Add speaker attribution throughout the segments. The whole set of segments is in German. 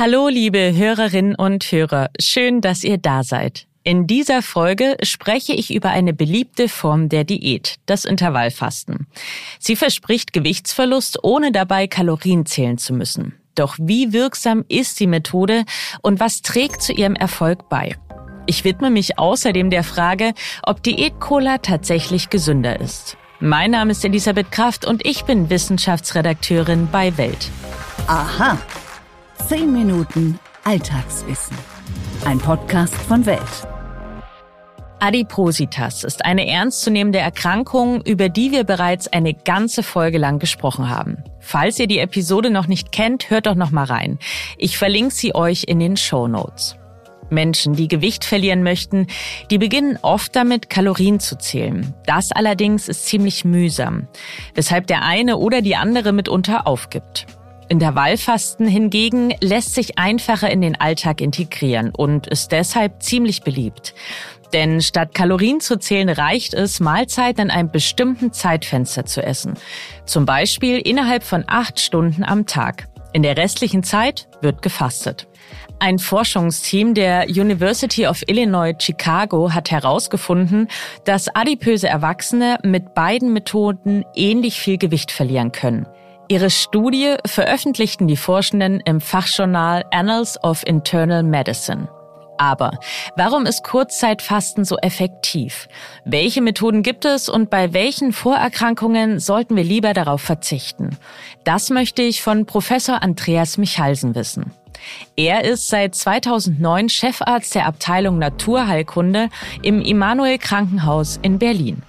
Speaker 1: Hallo, liebe Hörerinnen und Hörer. Schön, dass ihr da seid. In dieser Folge spreche ich über eine beliebte Form der Diät, das Intervallfasten. Sie verspricht Gewichtsverlust, ohne dabei Kalorien zählen zu müssen. Doch wie wirksam ist die Methode und was trägt zu ihrem Erfolg bei? Ich widme mich außerdem der Frage, ob Diät-Cola tatsächlich gesünder ist. Mein Name ist Elisabeth Kraft und ich bin Wissenschaftsredakteurin bei Welt.
Speaker 2: Aha, 10 Minuten Alltagswissen. Ein Podcast von Welt.
Speaker 1: Adipositas ist eine ernstzunehmende Erkrankung, über die wir bereits eine ganze Folge lang gesprochen haben. Falls ihr die Episode noch nicht kennt, hört doch noch mal rein. Ich verlinke sie euch in den Shownotes. Menschen, die Gewicht verlieren möchten, die beginnen oft damit, Kalorien zu zählen. Das allerdings ist ziemlich mühsam, weshalb der eine oder die andere mitunter aufgibt. Intervallfasten hingegen lässt sich einfacher in den Alltag integrieren und ist deshalb ziemlich beliebt. Denn statt Kalorien zu zählen, reicht es, Mahlzeiten in einem bestimmten Zeitfenster zu essen. Zum Beispiel innerhalb von 8 Stunden am Tag. In der restlichen Zeit wird gefastet. Ein Forschungsteam der University of Illinois Chicago hat herausgefunden, dass adipöse Erwachsene mit beiden Methoden ähnlich viel Gewicht verlieren können. Ihre Studie veröffentlichten die Forschenden im Fachjournal Annals of Internal Medicine. Aber warum ist Kurzzeitfasten so effektiv? Welche Methoden gibt es und bei welchen Vorerkrankungen sollten wir lieber darauf verzichten? Das möchte ich von Professor Andreas Michalsen wissen. Er ist seit 2009 Chefarzt der Abteilung Naturheilkunde im Immanuel Krankenhaus in Berlin.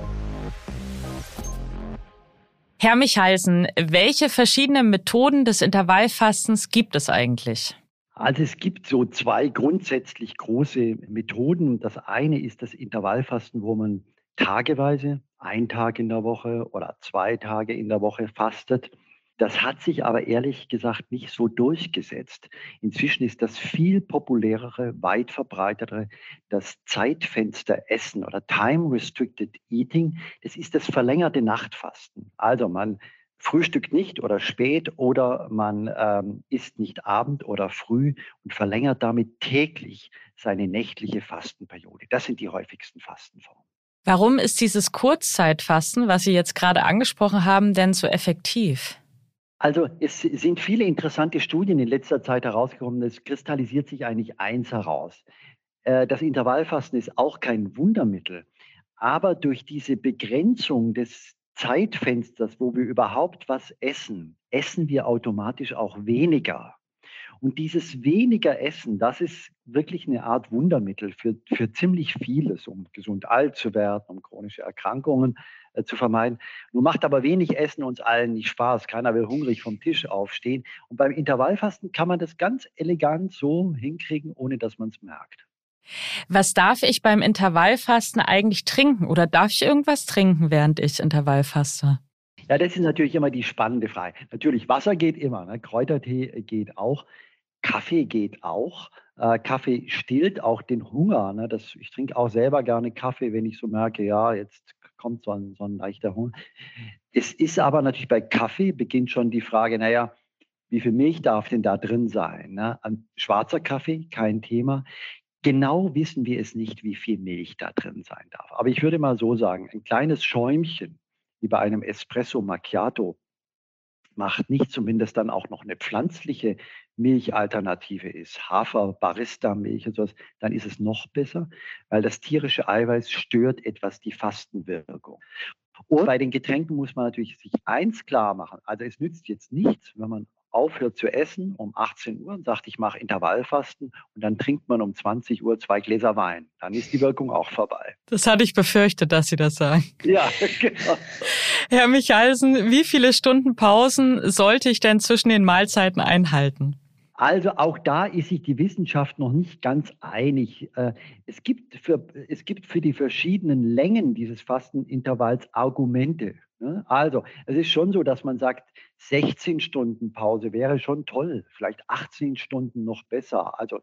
Speaker 1: Herr Michalsen, welche verschiedenen Methoden des Intervallfastens gibt es eigentlich?
Speaker 3: Also es gibt so 2 grundsätzlich große Methoden. Das eine ist das Intervallfasten, wo man tageweise, 1 Tag in der Woche oder 2 Tage in der Woche fastet. Das hat sich aber ehrlich gesagt nicht so durchgesetzt. Inzwischen ist das viel populärere, weit verbreitetere, das Zeitfenster Essen oder Time Restricted Eating. Das ist das verlängerte Nachtfasten. Also man frühstückt nicht oder spät oder man isst nicht Abend oder früh und verlängert damit täglich seine nächtliche Fastenperiode. Das sind die häufigsten Fastenformen.
Speaker 1: Warum ist dieses Kurzzeitfasten, was Sie jetzt gerade angesprochen haben, denn so effektiv?
Speaker 3: Also es sind viele interessante Studien in letzter Zeit herausgekommen. Es kristallisiert sich eigentlich eins heraus. Das Intervallfasten ist auch kein Wundermittel, aber durch diese Begrenzung des Zeitfensters, wo wir überhaupt was essen, essen wir automatisch auch weniger. Und dieses weniger Essen, das ist wirklich eine Art Wundermittel für ziemlich vieles, um gesund alt zu werden, um chronische Erkrankungen zu vermeiden. Nun macht aber wenig Essen uns allen nicht Spaß. Keiner will hungrig vom Tisch aufstehen. Und beim Intervallfasten kann man das ganz elegant so hinkriegen, ohne dass man es merkt.
Speaker 1: Was darf ich beim Intervallfasten eigentlich trinken? Oder darf ich irgendwas trinken, während ich Intervallfaste?
Speaker 3: Ja, das ist natürlich immer die spannende Frage. Natürlich, Wasser geht immer, ne? Kräutertee geht auch, Kaffee geht auch. Kaffee stillt auch den Hunger. Ne? Ich trinke auch selber gerne Kaffee, wenn ich so merke, ja, jetzt kommt so ein leichter Hunger. Es ist aber natürlich bei Kaffee beginnt schon die Frage, naja, wie viel Milch darf denn da drin sein? Ne? Schwarzer Kaffee, kein Thema. Genau wissen wir es nicht, wie viel Milch da drin sein darf. Aber ich würde mal so sagen, ein kleines Schäumchen, wie bei einem Espresso Macchiato, macht nicht zumindest dann auch noch eine pflanzliche Milchalternative ist, Hafer-Barista-Milch und sowas, dann ist es noch besser, weil das tierische Eiweiß stört etwas die Fastenwirkung. Und bei den Getränken muss man natürlich sich eins klar machen. Also es nützt jetzt nichts, wenn man aufhört zu essen um 18 Uhr und sagt, ich mache Intervallfasten und dann trinkt man um 20 Uhr 2 Gläser Wein. Dann ist die Wirkung auch vorbei.
Speaker 1: Das hatte ich befürchtet, dass Sie das sagen.
Speaker 3: Ja, genau.
Speaker 1: Herr Michalsen, wie viele Stunden Pausen sollte ich denn zwischen den Mahlzeiten einhalten?
Speaker 3: Also auch da ist sich die Wissenschaft noch nicht ganz einig. Es gibt für die verschiedenen Längen dieses Fastenintervalls Argumente. Ne? Also es ist schon so, dass man sagt, 16 Stunden Pause wäre schon toll, vielleicht 18 Stunden noch besser, also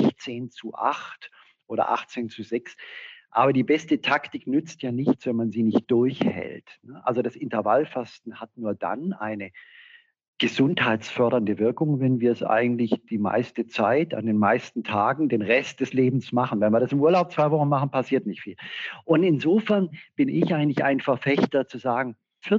Speaker 3: 16:8 oder 18:6. Aber die beste Taktik nützt ja nichts, wenn man sie nicht durchhält. Ne? Also das Intervallfasten hat nur dann eine gesundheitsfördernde Wirkung, wenn wir es eigentlich die meiste Zeit, an den meisten Tagen, den Rest des Lebens machen. Wenn wir das im Urlaub 2 Wochen machen, passiert nicht viel. Und insofern bin ich eigentlich ein Verfechter zu sagen,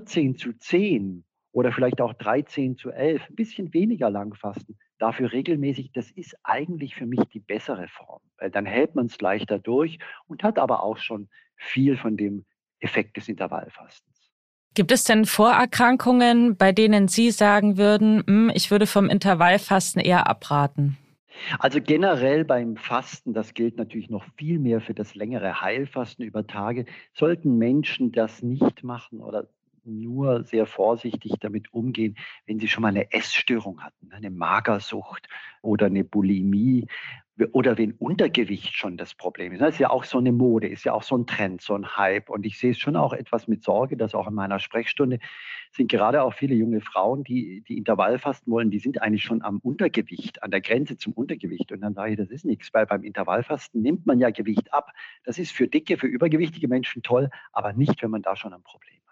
Speaker 3: 14:10 oder vielleicht auch 13:11, ein bisschen weniger lang fasten, dafür regelmäßig, das ist eigentlich für mich die bessere Form. Weil dann hält man es leichter durch und hat aber auch schon viel von dem Effekt des Intervallfastens.
Speaker 1: Gibt es denn Vorerkrankungen, bei denen Sie sagen würden, ich würde vom Intervallfasten eher abraten?
Speaker 3: Also generell beim Fasten, das gilt natürlich noch viel mehr für das längere Heilfasten über Tage, sollten Menschen das nicht machen oder nur sehr vorsichtig damit umgehen, wenn sie schon mal eine Essstörung hatten, eine Magersucht oder eine Bulimie oder wenn Untergewicht schon das Problem ist. Das ist ja auch so eine Mode, ist ja auch so ein Trend, so ein Hype. Und ich sehe es schon auch etwas mit Sorge, dass auch in meiner Sprechstunde sind gerade auch viele junge Frauen, die Intervallfasten wollen, die sind eigentlich schon am Untergewicht, an der Grenze zum Untergewicht. Und dann sage ich, das ist nichts, weil beim Intervallfasten nimmt man ja Gewicht ab. Das ist für dicke, für übergewichtige Menschen toll, aber nicht, wenn man da schon ein Problem hat.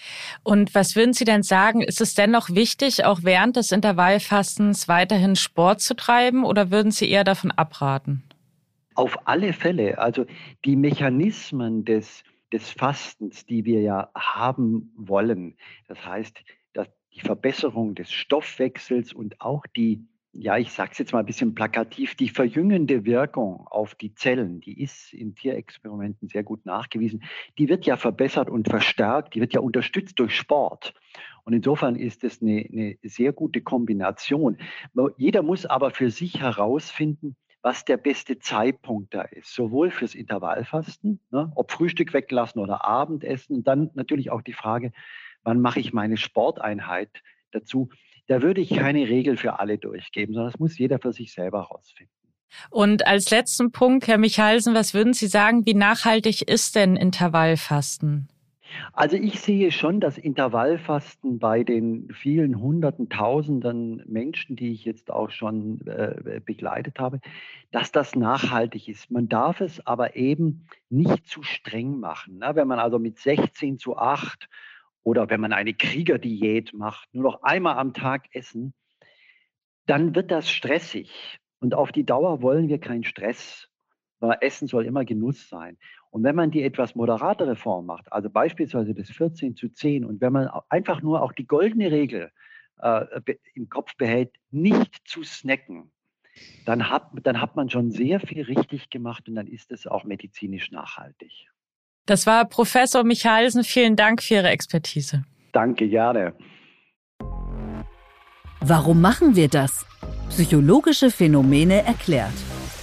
Speaker 1: Und was würden Sie denn sagen, ist es dennoch wichtig, auch während des Intervallfastens weiterhin Sport zu treiben oder würden Sie eher davon abraten?
Speaker 3: Auf alle Fälle. Also die Mechanismen des Fastens, die wir ja haben wollen, das heißt, dass die Verbesserung des Stoffwechsels und auch die, ja, ich sage es jetzt mal ein bisschen plakativ, die verjüngende Wirkung auf die Zellen, die ist in Tierexperimenten sehr gut nachgewiesen, die wird ja verbessert und verstärkt, die wird ja unterstützt durch Sport. Und insofern ist es eine sehr gute Kombination. Jeder muss aber für sich herausfinden, was der beste Zeitpunkt da ist, sowohl fürs Intervallfasten, ne, ob Frühstück weglassen oder Abendessen, und dann natürlich auch die Frage, wann mache ich meine Sporteinheit dazu. Da würde ich keine Regel für alle durchgeben, sondern das muss jeder für sich selber herausfinden.
Speaker 1: Und als letzten Punkt, Herr Michalsen, was würden Sie sagen, wie nachhaltig ist denn Intervallfasten?
Speaker 3: Also ich sehe schon das Intervallfasten bei den vielen Hunderten, Tausenden Menschen, die ich jetzt auch schon begleitet habe, dass das nachhaltig ist. Man darf es aber eben nicht zu streng machen. Ne? Wenn man also mit 16:8 oder wenn man eine Kriegerdiät macht, nur noch einmal am Tag essen, dann wird das stressig. Und auf die Dauer wollen wir keinen Stress. Essen soll immer Genuss sein. Und wenn man die etwas moderatere Form macht, also beispielsweise das 14:10, und wenn man einfach nur auch die goldene Regel im Kopf behält, nicht zu snacken, dann hat man schon sehr viel richtig gemacht und dann ist es auch medizinisch nachhaltig.
Speaker 1: Das war Professor Michalsen. Vielen Dank für Ihre Expertise.
Speaker 3: Danke, gerne.
Speaker 2: Warum machen wir das? Psychologische Phänomene erklärt.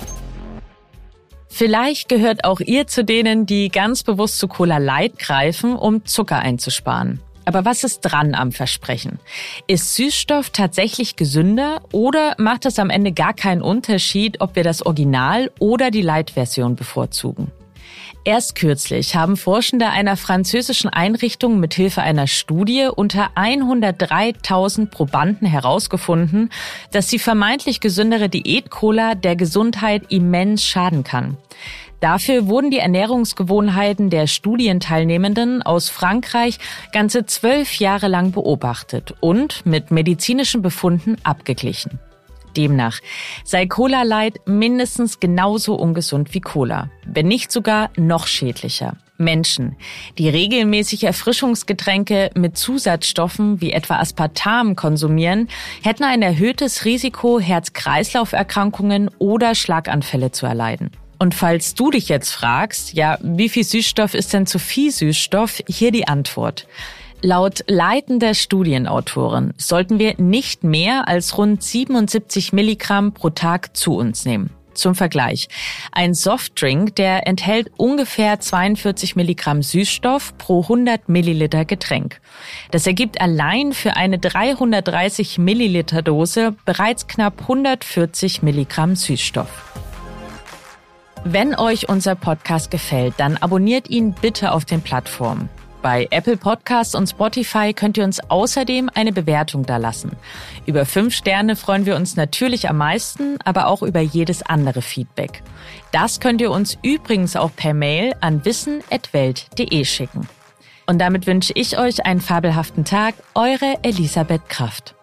Speaker 1: Vielleicht gehört auch ihr zu denen, die ganz bewusst zu Cola Light greifen, um Zucker einzusparen. Aber was ist dran am Versprechen? Ist Süßstoff tatsächlich gesünder oder macht es am Ende gar keinen Unterschied, ob wir das Original oder die Light-Version bevorzugen? Erst kürzlich haben Forschende einer französischen Einrichtung mithilfe einer Studie unter 103.000 Probanden herausgefunden, dass die vermeintlich gesündere Diät-Cola der Gesundheit immens schaden kann. Dafür wurden die Ernährungsgewohnheiten der Studienteilnehmenden aus Frankreich ganze 12 Jahre lang beobachtet und mit medizinischen Befunden abgeglichen. Demnach sei Cola Light mindestens genauso ungesund wie Cola, wenn nicht sogar noch schädlicher. Menschen, die regelmäßig Erfrischungsgetränke mit Zusatzstoffen wie etwa Aspartam konsumieren, hätten ein erhöhtes Risiko, Herz-Kreislauf-Erkrankungen oder Schlaganfälle zu erleiden. Und falls du dich jetzt fragst, ja, wie viel Süßstoff ist denn zu viel Süßstoff? Hier die Antwort. Laut leitender Studienautorin sollten wir nicht mehr als rund 77 Milligramm pro Tag zu uns nehmen. Zum Vergleich. Ein Softdrink, der enthält ungefähr 42 Milligramm Süßstoff pro 100 Milliliter Getränk. Das ergibt allein für eine 330 Milliliter Dose bereits knapp 140 Milligramm Süßstoff. Wenn euch unser Podcast gefällt, dann abonniert ihn bitte auf den Plattformen. Bei Apple Podcasts und Spotify könnt ihr uns außerdem eine Bewertung dalassen. Über 5 Sterne freuen wir uns natürlich am meisten, aber auch über jedes andere Feedback. Das könnt ihr uns übrigens auch per Mail an wissen@welt.de schicken. Und damit wünsche ich euch einen fabelhaften Tag. Eure Elisabeth Kraft.